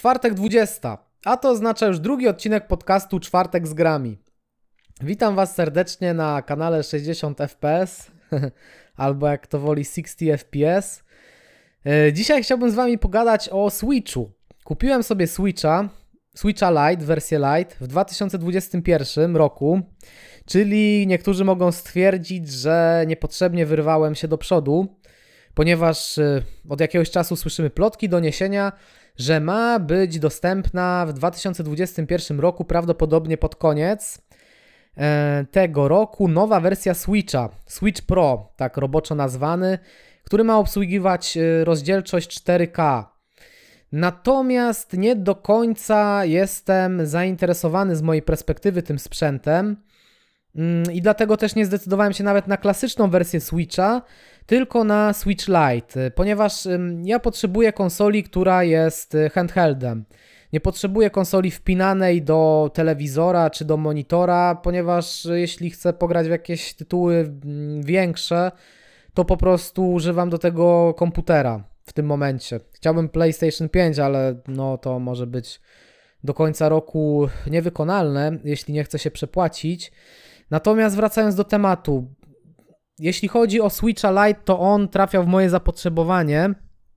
Czwartek 20, a to oznacza już drugi odcinek podcastu Czwartek z grami. Witam Was serdecznie na kanale 60 FPS, albo jak to woli 60 FPS. Dzisiaj chciałbym z Wami pogadać o Switchu. Kupiłem sobie Switcha Lite, wersję Lite w 2021 roku, czyli niektórzy mogą stwierdzić, że niepotrzebnie wyrwałem się do przodu, ponieważ od jakiegoś czasu słyszymy plotki, doniesienia, że ma być dostępna w 2021 roku, prawdopodobnie pod koniec tego roku, nowa wersja Switcha, Switch Pro, tak roboczo nazwany, który ma obsługiwać rozdzielczość 4K. Natomiast nie do końca jestem zainteresowany z mojej perspektywy tym sprzętem i dlatego też nie zdecydowałem się nawet na klasyczną wersję Switcha, tylko na Switch Lite, ponieważ ja potrzebuję konsoli, która jest handheldem. Nie potrzebuję konsoli wpinanej do telewizora czy do monitora, ponieważ jeśli chcę pograć w jakieś tytuły większe, to po prostu używam do tego komputera w tym momencie. Chciałbym PlayStation 5, ale no to może być do końca roku niewykonalne, jeśli nie chcę się przepłacić. Natomiast wracając do tematu, jeśli chodzi o Switcha Lite, to on trafiał w moje zapotrzebowanie.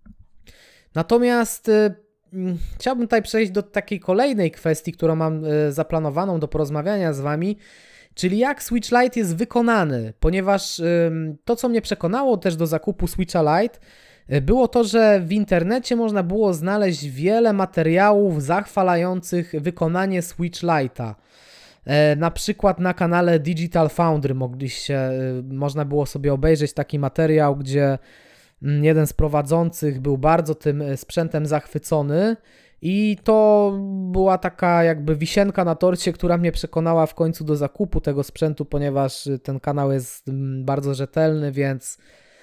Natomiast chciałbym tutaj przejść do takiej kolejnej kwestii, którą mam zaplanowaną do porozmawiania z Wami, czyli jak Switch Lite jest wykonany, ponieważ to, co mnie przekonało też do zakupu Switcha Lite, było to, że w internecie można było znaleźć wiele materiałów zachwalających wykonanie Switch Lite'a. Na przykład na kanale Digital Foundry można było sobie obejrzeć taki materiał, gdzie jeden z prowadzących był bardzo tym sprzętem zachwycony i to była taka jakby wisienka na torcie, która mnie przekonała w końcu do zakupu tego sprzętu, ponieważ ten kanał jest bardzo rzetelny, więc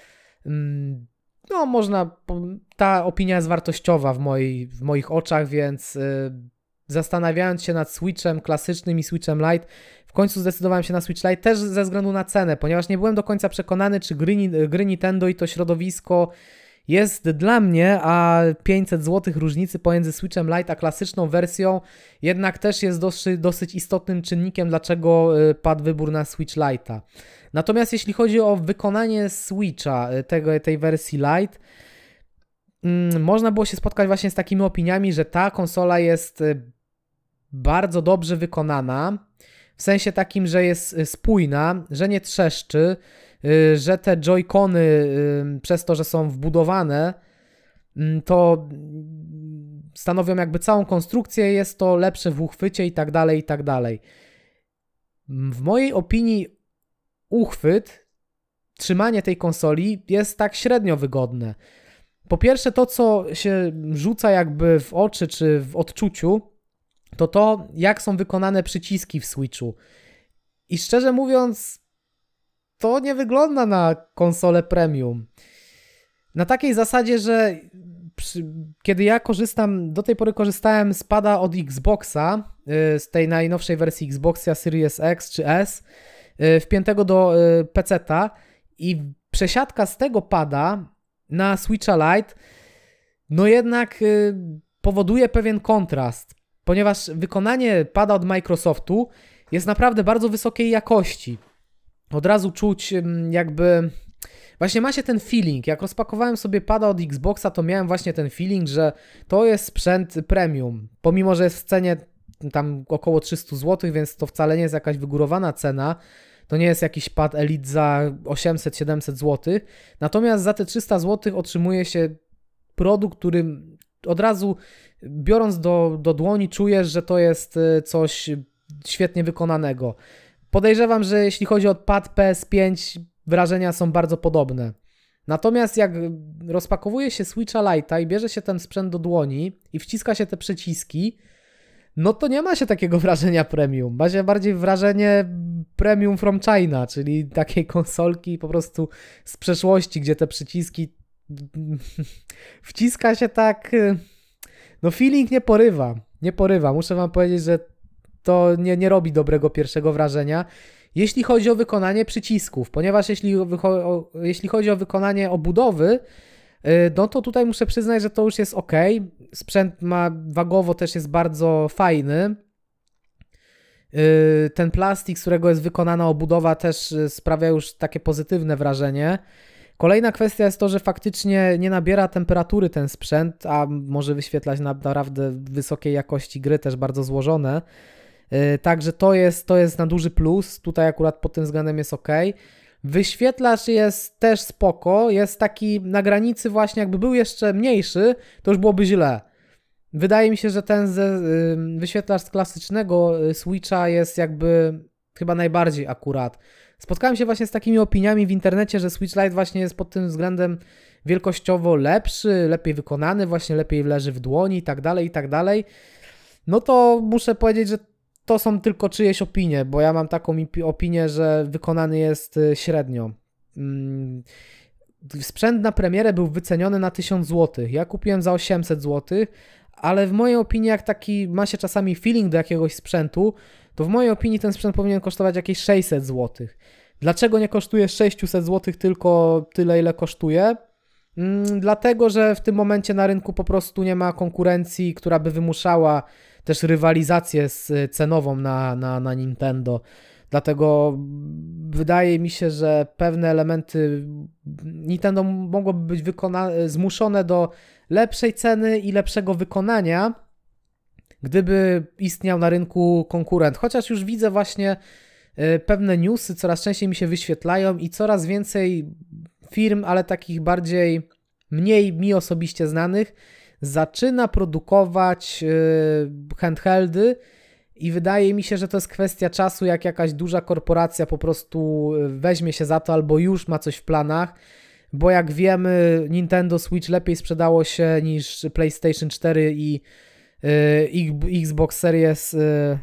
no ta opinia jest wartościowa w moich oczach, więc zastanawiając się nad Switchem klasycznym i Switchem Lite, w końcu zdecydowałem się na Switch Lite też ze względu na cenę, ponieważ nie byłem do końca przekonany, czy gry Nintendo i to środowisko jest dla mnie, a 500 zł różnicy pomiędzy Switchem Lite a klasyczną wersją jednak też jest dosyć istotnym czynnikiem, dlaczego padł wybór na Switch Lite'a. Natomiast jeśli chodzi o wykonanie Switcha, tej wersji Lite, można było się spotkać właśnie z takimi opiniami, że ta konsola jest bardzo dobrze wykonana, w sensie takim, że jest spójna, że nie trzeszczy, że te joycony przez to, że są wbudowane, to stanowią jakby całą konstrukcję, jest to lepsze w uchwycie i tak dalej, i tak dalej. W mojej opinii trzymanie tej konsoli jest tak średnio wygodne. Po pierwsze to, co się rzuca jakby w oczy czy w odczuciu, to jak są wykonane przyciski w Switchu. I szczerze mówiąc, to nie wygląda na konsolę premium. Na takiej zasadzie, że kiedy ja do tej pory korzystałem z pada od Xboxa, z tej najnowszej wersji Xboxa Series X czy S, wpiętego do PC-ta i przesiadka z tego pada na Switcha Lite, no jednak powoduje pewien kontrast, ponieważ wykonanie pada od Microsoftu jest naprawdę bardzo wysokiej jakości. Od razu czuć jakby... Właśnie ma się ten feeling, jak rozpakowałem sobie pada od Xboxa, to miałem właśnie ten feeling, że to jest sprzęt premium, pomimo że jest w cenie tam około 300 zł, więc to wcale nie jest jakaś wygórowana cena. To nie jest jakiś pad Elite za 800-700 zł. Natomiast za te 300 zł otrzymuje się produkt, który od razu biorąc do dłoni czujesz, że to jest coś świetnie wykonanego. Podejrzewam, że jeśli chodzi o pad PS5, wrażenia są bardzo podobne. Natomiast jak rozpakowuje się Switcha Lite'a i bierze się ten sprzęt do dłoni i wciska się te przyciski, no to nie ma się takiego wrażenia premium. Ma się bardziej wrażenie premium from China, czyli takiej konsolki po prostu z przeszłości, gdzie te przyciski wciska się tak... No feeling nie porywa. Nie porywa. Muszę wam powiedzieć, że to nie robi dobrego pierwszego wrażenia, jeśli chodzi o wykonanie przycisków, ponieważ jeśli chodzi o wykonanie obudowy, no to tutaj muszę przyznać, że to już jest ok. Sprzęt wagowo też jest bardzo fajny. Ten plastik, z którego jest wykonana obudowa, też sprawia już takie pozytywne wrażenie. Kolejna kwestia jest to, że faktycznie nie nabiera temperatury ten sprzęt, a może wyświetlać naprawdę wysokiej jakości gry, też bardzo złożone. Także to jest na duży plus. Tutaj akurat pod tym względem jest ok. Wyświetlacz jest też spoko, jest taki na granicy właśnie, jakby był jeszcze mniejszy, to już byłoby źle. Wydaje mi się, że ten wyświetlacz z klasycznego Switcha jest jakby chyba najbardziej akurat. Spotkałem się właśnie z takimi opiniami w internecie, że Switch Lite właśnie jest pod tym względem wielkościowo lepszy, lepiej wykonany, właśnie lepiej leży w dłoni i tak dalej, i tak dalej. No to muszę powiedzieć, że to są tylko czyjeś opinie, bo ja mam taką opinię, że wykonany jest średnio. Sprzęt na premierę był wyceniony na 1000 zł. Ja kupiłem za 800 zł, ale w mojej opinii, jak taki ma się czasami feeling do jakiegoś sprzętu, to w mojej opinii ten sprzęt powinien kosztować jakieś 600 zł. Dlaczego nie kosztuje 600 zł, tylko tyle, ile kosztuje? Dlatego, że w tym momencie na rynku po prostu nie ma konkurencji, która by wymuszała też rywalizację cenową na Nintendo. Dlatego wydaje mi się, że pewne elementy Nintendo mogłoby być zmuszone do lepszej ceny i lepszego wykonania, gdyby istniał na rynku konkurent. Chociaż już widzę właśnie pewne newsy, coraz częściej mi się wyświetlają i coraz więcej firm, ale takich mniej mi osobiście znanych, zaczyna produkować handheldy i wydaje mi się, że to jest kwestia czasu, jak jakaś duża korporacja po prostu weźmie się za to albo już ma coś w planach, bo jak wiemy, Nintendo Switch lepiej sprzedało się niż PlayStation 4 i Xbox Series,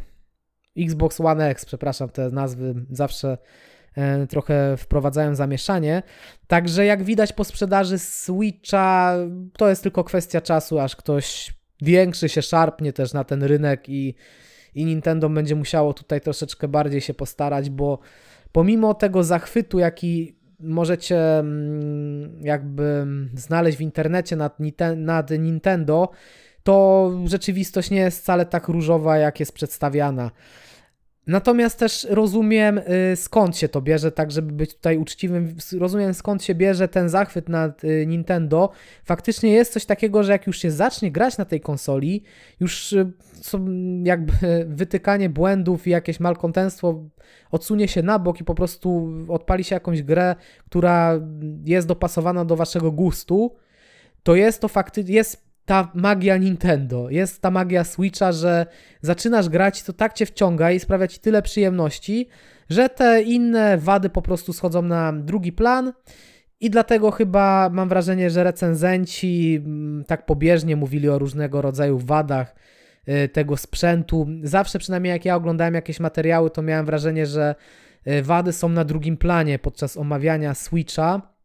Xbox One X, przepraszam, te nazwy zawsze trochę wprowadzają zamieszanie. Także jak widać po sprzedaży Switcha, to jest tylko kwestia czasu, aż ktoś większy się szarpnie też na ten rynek i Nintendo będzie musiało tutaj troszeczkę bardziej się postarać, bo pomimo tego zachwytu, jaki możecie jakby znaleźć w internecie nad Nintendo, to rzeczywistość nie jest wcale tak różowa, jak jest przedstawiana. Natomiast też rozumiem, skąd się to bierze, tak żeby być tutaj uczciwym, rozumiem, skąd się bierze ten zachwyt nad Nintendo. Faktycznie jest coś takiego, że jak już się zacznie grać na tej konsoli, już jakby wytykanie błędów i jakieś malkontentstwo odsunie się na bok i po prostu odpali się jakąś grę, która jest dopasowana do waszego gustu, to jest to jest ta magia Nintendo, jest ta magia Switcha, że zaczynasz grać, to tak cię wciąga i sprawia ci tyle przyjemności, że te inne wady po prostu schodzą na drugi plan i dlatego chyba mam wrażenie, że recenzenci tak pobieżnie mówili o różnego rodzaju wadach tego sprzętu. Zawsze przynajmniej jak ja oglądałem jakieś materiały, to miałem wrażenie, że wady są na drugim planie podczas omawiania Switcha.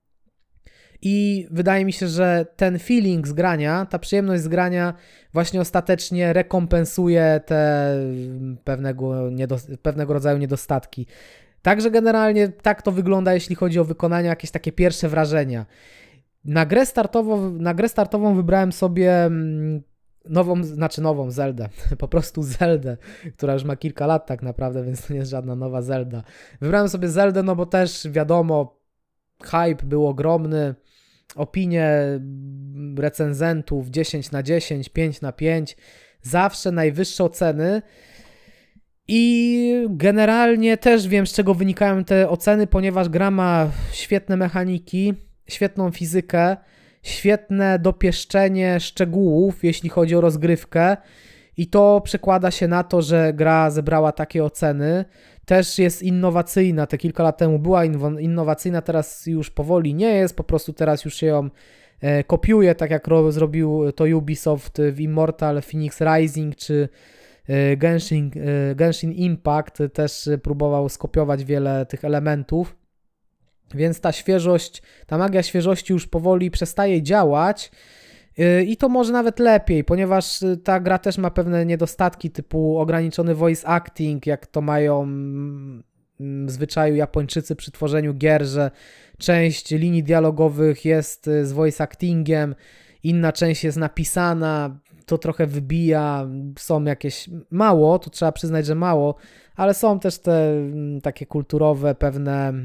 I wydaje mi się, że ten feeling z grania, ta przyjemność z grania właśnie ostatecznie rekompensuje te pewnego rodzaju niedostatki. Także generalnie tak to wygląda, jeśli chodzi o wykonanie, jakieś takie pierwsze wrażenia. Na grę startową wybrałem sobie nową Zeldę, po prostu Zeldę, która już ma kilka lat tak naprawdę, więc to nie jest żadna nowa Zelda. Wybrałem sobie Zeldę, no bo też wiadomo, hype był ogromny, opinie recenzentów 10/10, 5/5, zawsze najwyższe oceny i generalnie też wiem, z czego wynikają te oceny, ponieważ gra ma świetne mechaniki, świetną fizykę, świetne dopieszczenie szczegółów, jeśli chodzi o rozgrywkę i to przekłada się na to, że gra zebrała takie oceny. Też jest innowacyjna, te kilka lat temu była innowacyjna, teraz już powoli nie jest, po prostu teraz już się ją kopiuje, tak jak zrobił to Ubisoft w Immortal Phoenix Rising, czy Genshin Impact też próbował skopiować wiele tych elementów, więc ta świeżość, ta magia świeżości już powoli przestaje działać i to może nawet lepiej, ponieważ ta gra też ma pewne niedostatki typu ograniczony voice acting, jak to mają zwyczaju Japończycy przy tworzeniu gier, że część linii dialogowych jest z voice actingiem, inna część jest napisana, to trochę wybija, są jakieś mało, to trzeba przyznać, że mało, ale są też te takie kulturowe pewne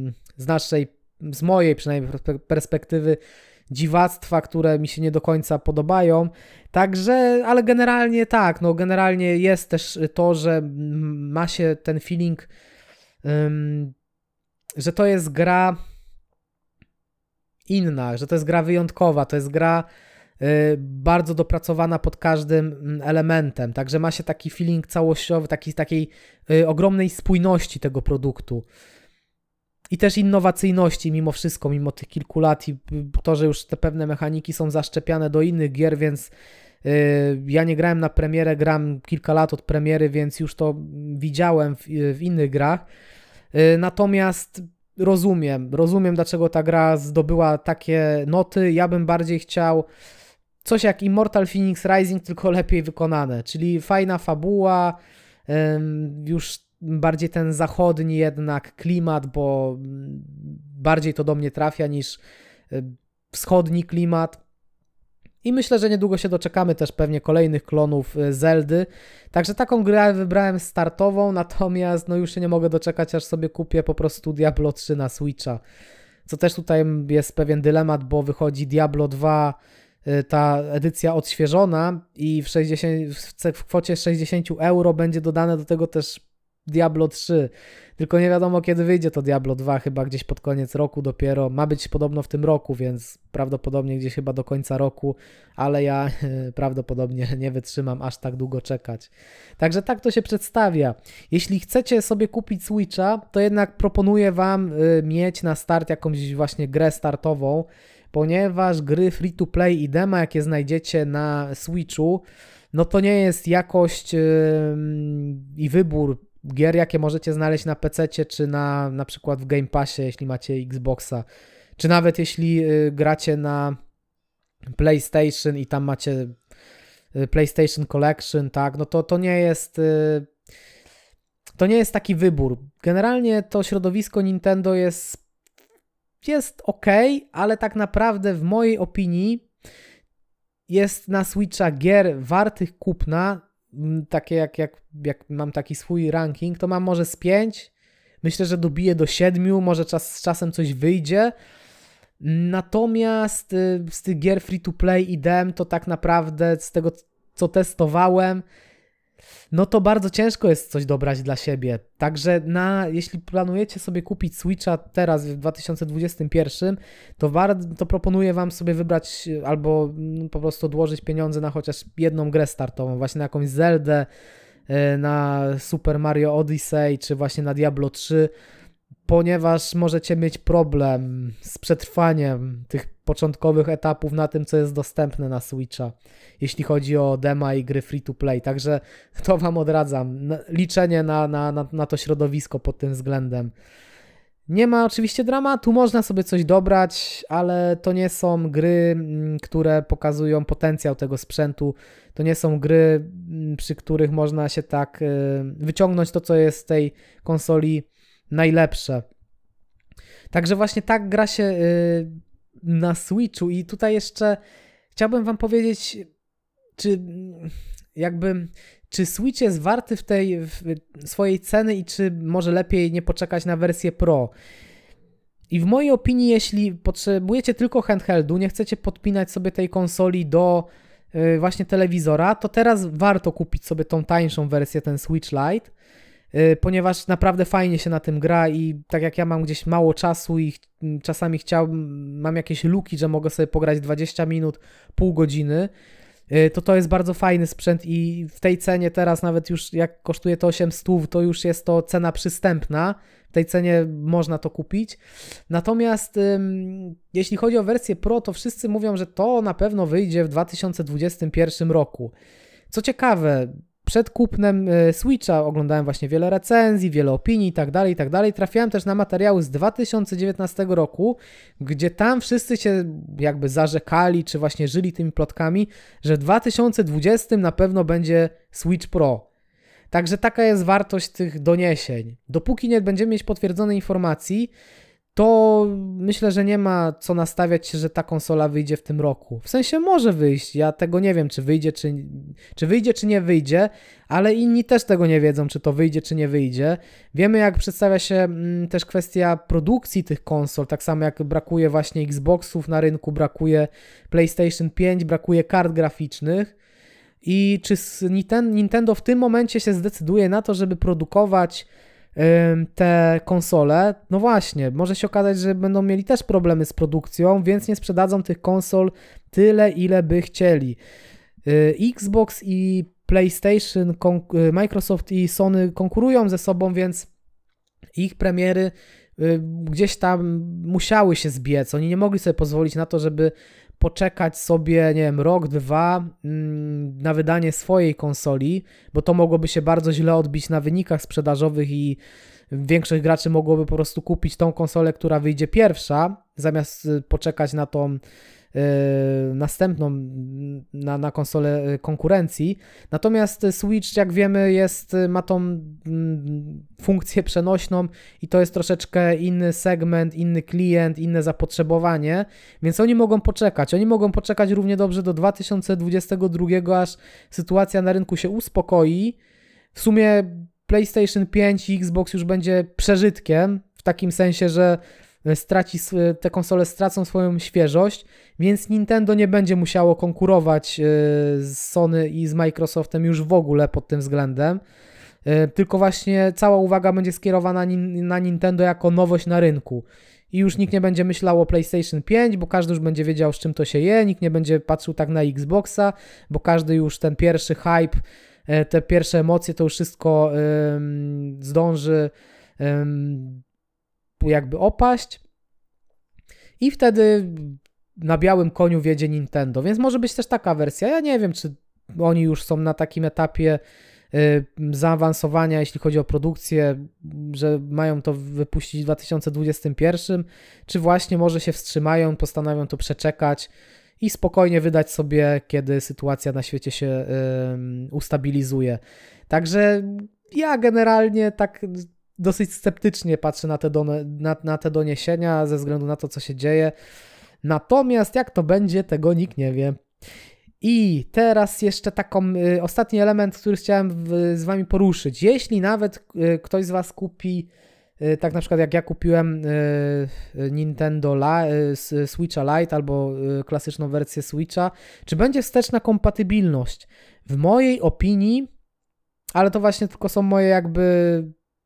z mojej przynajmniej perspektywy dziwactwa, które mi się nie do końca podobają. Także, ale generalnie tak, no generalnie jest też to, że ma się ten feeling, że to jest gra inna, że to jest gra wyjątkowa, to jest gra bardzo dopracowana pod każdym elementem, także ma się taki feeling całościowy, takiej ogromnej spójności tego produktu. I też innowacyjności mimo wszystko, mimo tych kilku lat i to, że już te pewne mechaniki są zaszczepiane do innych gier, więc ja nie grałem na premierę, gram kilka lat od premiery, więc już to widziałem w innych grach. Natomiast rozumiem, dlaczego ta gra zdobyła takie noty. Ja bym bardziej chciał coś jak Immortal Phoenix Rising, tylko lepiej wykonane, czyli fajna fabuła, już bardziej ten zachodni jednak klimat, bo bardziej to do mnie trafia niż wschodni klimat. I myślę, że niedługo się doczekamy też pewnie kolejnych klonów Zeldy. Także taką grę wybrałem startową, natomiast no już się nie mogę doczekać, aż sobie kupię po prostu Diablo 3 na Switcha. Co też tutaj jest pewien dylemat, bo wychodzi Diablo 2, ta edycja odświeżona i w kwocie 60 euro będzie dodane do tego też Diablo 3, tylko nie wiadomo kiedy wyjdzie to Diablo 2, chyba gdzieś pod koniec roku dopiero, ma być podobno w tym roku, więc prawdopodobnie gdzieś chyba do końca roku, ale ja prawdopodobnie nie wytrzymam aż tak długo czekać. Także tak to się przedstawia. Jeśli chcecie sobie kupić Switcha, to jednak proponuję Wam mieć na start jakąś właśnie grę startową, ponieważ gry free to play i dema, jakie znajdziecie na Switchu, no to nie jest jakość i wybór gier, jakie możecie znaleźć na PC-cie, czy na przykład w Game Passie, jeśli macie Xboxa, czy nawet jeśli gracie na PlayStation i tam macie PlayStation Collection, tak, no to nie jest taki wybór. Generalnie to środowisko Nintendo jest ok, ale tak naprawdę w mojej opinii jest na Switcha gier wartych kupna, takie jak mam taki swój ranking, to mam może z 5, myślę, że dobiję do 7, może z czasem coś wyjdzie, natomiast z tych gier free to play i dem to tak naprawdę z tego co testowałem, no to bardzo ciężko jest coś dobrać dla siebie, także jeśli planujecie sobie kupić Switcha teraz w 2021, to proponuję Wam sobie wybrać albo po prostu odłożyć pieniądze na chociaż jedną grę startową, właśnie na jakąś Zeldę, na Super Mario Odyssey, czy właśnie na Diablo 3, ponieważ możecie mieć problem z przetrwaniem tych początkowych etapów na tym, co jest dostępne na Switcha, jeśli chodzi o dema i gry free to play, także to Wam odradzam, liczenie na to środowisko pod tym względem. Nie ma oczywiście dramatu, można sobie coś dobrać, ale to nie są gry, które pokazują potencjał tego sprzętu, to nie są gry, przy których można się tak wyciągnąć to, co jest z tej konsoli najlepsze. Także właśnie tak gra się na Switchu i tutaj jeszcze chciałbym Wam powiedzieć, czy Switch jest warty w swojej ceny i czy może lepiej nie poczekać na wersję Pro. I w mojej opinii, jeśli potrzebujecie tylko handheldu, nie chcecie podpinać sobie tej konsoli do właśnie telewizora, to teraz warto kupić sobie tą tańszą wersję, ten Switch Lite, ponieważ naprawdę fajnie się na tym gra i tak jak ja mam gdzieś mało czasu i czasami mam jakieś luki, że mogę sobie pograć 20 minut, pół godziny, to jest bardzo fajny sprzęt i w tej cenie teraz nawet już jak kosztuje to 800, to już jest to cena przystępna, w tej cenie można to kupić. Natomiast jeśli chodzi o wersję Pro, to wszyscy mówią, że to na pewno wyjdzie w 2021 roku. Co ciekawe, przed kupnem Switcha oglądałem właśnie wiele recenzji, wiele opinii i tak dalej. Trafiałem też na materiały z 2019 roku, gdzie tam wszyscy się jakby zarzekali, czy właśnie żyli tymi plotkami, że w 2020 na pewno będzie Switch Pro. Także taka jest wartość tych doniesień. Dopóki nie będziemy mieć potwierdzonej informacji, to myślę, że nie ma co nastawiać się, że ta konsola wyjdzie w tym roku. W sensie może wyjść, ja tego nie wiem, czy wyjdzie, czy nie wyjdzie, ale inni też tego nie wiedzą, czy to wyjdzie, czy nie wyjdzie. Wiemy, jak przedstawia się też kwestia produkcji tych konsol, tak samo jak brakuje właśnie Xboxów na rynku, brakuje PlayStation 5, brakuje kart graficznych. I czy Nintendo w tym momencie się zdecyduje na to, żeby produkować te konsole? No właśnie, może się okazać, że będą mieli też problemy z produkcją, więc nie sprzedadzą tych konsol tyle, ile by chcieli. Xbox i PlayStation, Microsoft i Sony konkurują ze sobą, więc ich premiery gdzieś tam musiały się zbiec. Oni nie mogli sobie pozwolić na to, żeby poczekać sobie, nie wiem, rok, dwa na wydanie swojej konsoli, bo to mogłoby się bardzo źle odbić na wynikach sprzedażowych i większość graczy mogłoby po prostu kupić tą konsolę, która wyjdzie pierwsza, zamiast poczekać na tą następną, na konsolę konkurencji. Natomiast Switch, jak wiemy, ma tą funkcję przenośną i to jest troszeczkę inny segment, inny klient, inne zapotrzebowanie, więc oni mogą poczekać. Oni mogą poczekać równie dobrze do 2022, aż sytuacja na rynku się uspokoi. W sumie PlayStation 5 i Xbox już będzie przeżytkiem, w takim sensie, że te konsole stracą swoją świeżość, więc Nintendo nie będzie musiało konkurować z Sony i z Microsoftem już w ogóle pod tym względem, tylko właśnie cała uwaga będzie skierowana na Nintendo jako nowość na rynku. I już nikt nie będzie myślał o PlayStation 5, bo każdy już będzie wiedział, z czym to się je, nikt nie będzie patrzył tak na Xboxa, bo każdy już ten pierwszy hype, te pierwsze emocje, to już wszystko zdąży jakby opaść i wtedy na białym koniu wiedzie Nintendo, więc może być też taka wersja. Ja nie wiem, czy oni już są na takim etapie zaawansowania, jeśli chodzi o produkcję, że mają to wypuścić w 2021, czy właśnie może się wstrzymają, postanowią to przeczekać i spokojnie wydać sobie, kiedy sytuacja na świecie się ustabilizuje. Także ja generalnie tak dosyć sceptycznie patrzę na te doniesienia ze względu na to, co się dzieje. Natomiast jak to będzie, tego nikt nie wie. I teraz jeszcze ostatni element, który chciałem z wami poruszyć. Jeśli nawet ktoś z was kupi, tak na przykład jak ja kupiłem Nintendo Switcha Lite albo klasyczną wersję Switcha, czy będzie wsteczna kompatybilność? W mojej opinii, ale to właśnie tylko są moje jakby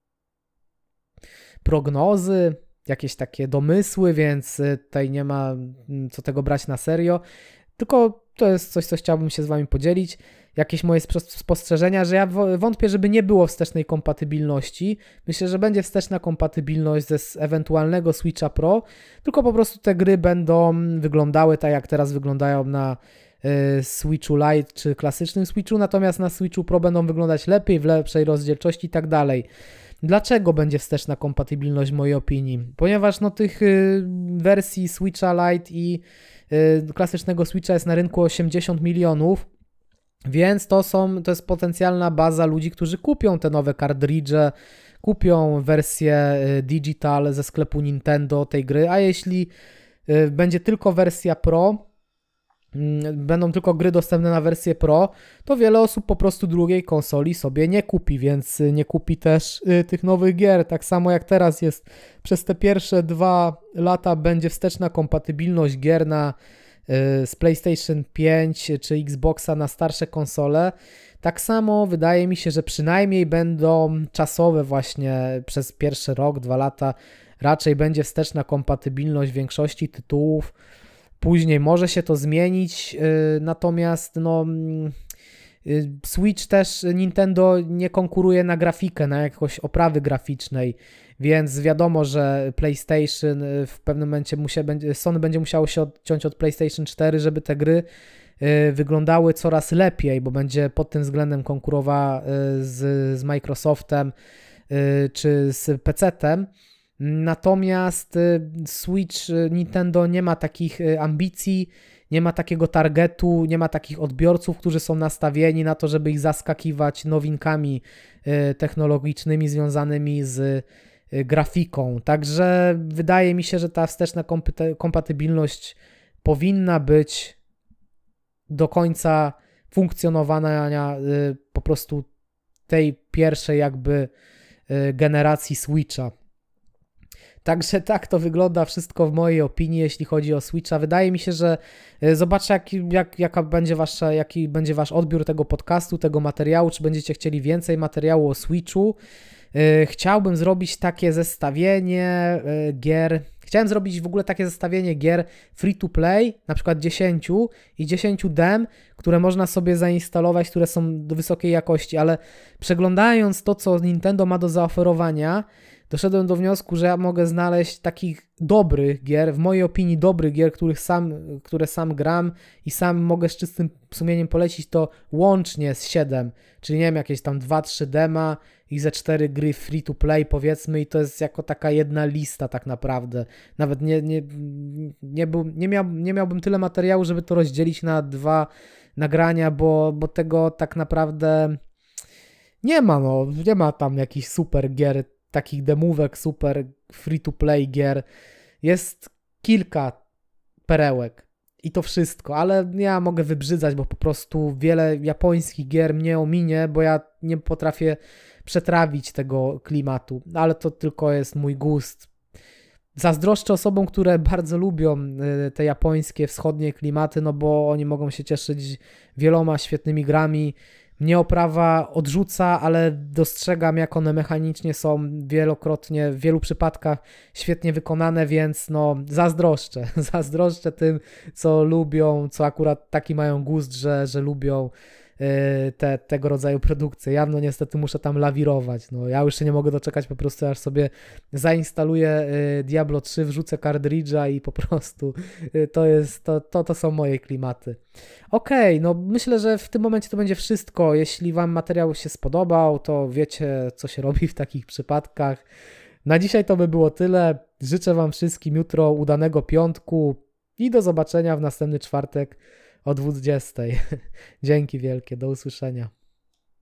prognozy, jakieś takie domysły, więc tutaj nie ma co tego brać na serio, tylko to jest coś, co chciałbym się z wami podzielić, jakieś moje spostrzeżenia, że ja wątpię, żeby nie było wstecznej kompatybilności. Myślę, że będzie wsteczna kompatybilność ze ewentualnego Switcha Pro, tylko po prostu te gry będą wyglądały tak, jak teraz wyglądają na Switchu Lite czy klasycznym Switchu, natomiast na Switchu Pro będą wyglądać lepiej, w lepszej rozdzielczości i tak dalej. Dlaczego będzie wsteczna kompatybilność w mojej opinii? Ponieważ tych wersji Switcha Lite i klasycznego Switcha jest na rynku 80 milionów, więc to jest potencjalna baza ludzi, którzy kupią te nowe kartridże, kupią wersję digital ze sklepu Nintendo tej gry, a jeśli będzie tylko wersja Pro, będą tylko gry dostępne na wersję Pro, to wiele osób po prostu drugiej konsoli sobie nie kupi, więc nie kupi też tych nowych gier. Tak samo jak teraz jest, przez te pierwsze 2 lata będzie wsteczna kompatybilność gier z PlayStation 5 czy Xboxa na starsze konsole. Tak samo wydaje mi się, że przynajmniej będą czasowe właśnie przez pierwszy rok, 2 lata, raczej będzie wsteczna kompatybilność większości tytułów. Później może się to zmienić, natomiast Switch też Nintendo nie konkuruje na grafikę, na jakość oprawy graficznej, więc wiadomo, że PlayStation w pewnym momencie Sony będzie musiało się odciąć od PlayStation 4, żeby te gry wyglądały coraz lepiej, bo będzie pod tym względem konkurowała z Microsoftem czy z PC-tem. Natomiast Switch Nintendo nie ma takich ambicji, nie ma takiego targetu, nie ma takich odbiorców, którzy są nastawieni na to, żeby ich zaskakiwać nowinkami technologicznymi związanymi z grafiką. Także wydaje mi się, że ta wsteczna kompatybilność powinna być do końca funkcjonowania po prostu tej pierwszej jakby generacji Switcha. Także tak to wygląda wszystko w mojej opinii, jeśli chodzi o Switcha. Wydaje mi się, że zobaczę, jaki będzie wasz odbiór tego podcastu, tego materiału, czy będziecie chcieli więcej materiału o Switchu. Chciałbym zrobić takie zestawienie gier. Chciałem zrobić w ogóle takie zestawienie gier free to play, na przykład 10 i 10 dem, które można sobie zainstalować, które są do wysokiej jakości, ale przeglądając to, co Nintendo ma do zaoferowania, doszedłem do wniosku, że ja mogę znaleźć takich dobrych gier, w mojej opinii dobrych gier, które sam gram i sam mogę z czystym sumieniem polecić, to łącznie z 7, czyli nie wiem, jakieś tam 2-3 dema i ze 4 gry free to play powiedzmy, i to jest jako taka jedna lista tak naprawdę. Nawet nie miałbym tyle materiału, żeby to rozdzielić na 2 nagrania, bo tego tak naprawdę nie ma, nie ma tam jakichś super gier, takich demówek, super free-to-play gier. Jest kilka perełek i to wszystko, ale ja mogę wybrzydzać, bo po prostu wiele japońskich gier mnie ominie, bo ja nie potrafię przetrawić tego klimatu, ale to tylko jest mój gust. Zazdroszczę osobom, które bardzo lubią te japońskie, wschodnie klimaty, no bo oni mogą się cieszyć wieloma świetnymi grami. Mnie oprawa odrzuca, ale dostrzegam, jak one mechanicznie są wielokrotnie, w wielu przypadkach świetnie wykonane, więc zazdroszczę tym, co lubią, co akurat taki mają gust, że lubią tego rodzaju produkcje. Ja niestety muszę tam lawirować. Ja już się nie mogę doczekać po prostu, aż sobie zainstaluję Diablo 3, wrzucę kartridża i po prostu to są moje klimaty. Okej, myślę, że w tym momencie to będzie wszystko. Jeśli wam materiał się spodobał, to wiecie, co się robi w takich przypadkach. Na dzisiaj to by było tyle. Życzę wam wszystkim jutro udanego piątku i do zobaczenia w następny czwartek o 20:00. Dzięki wielkie, do usłyszenia.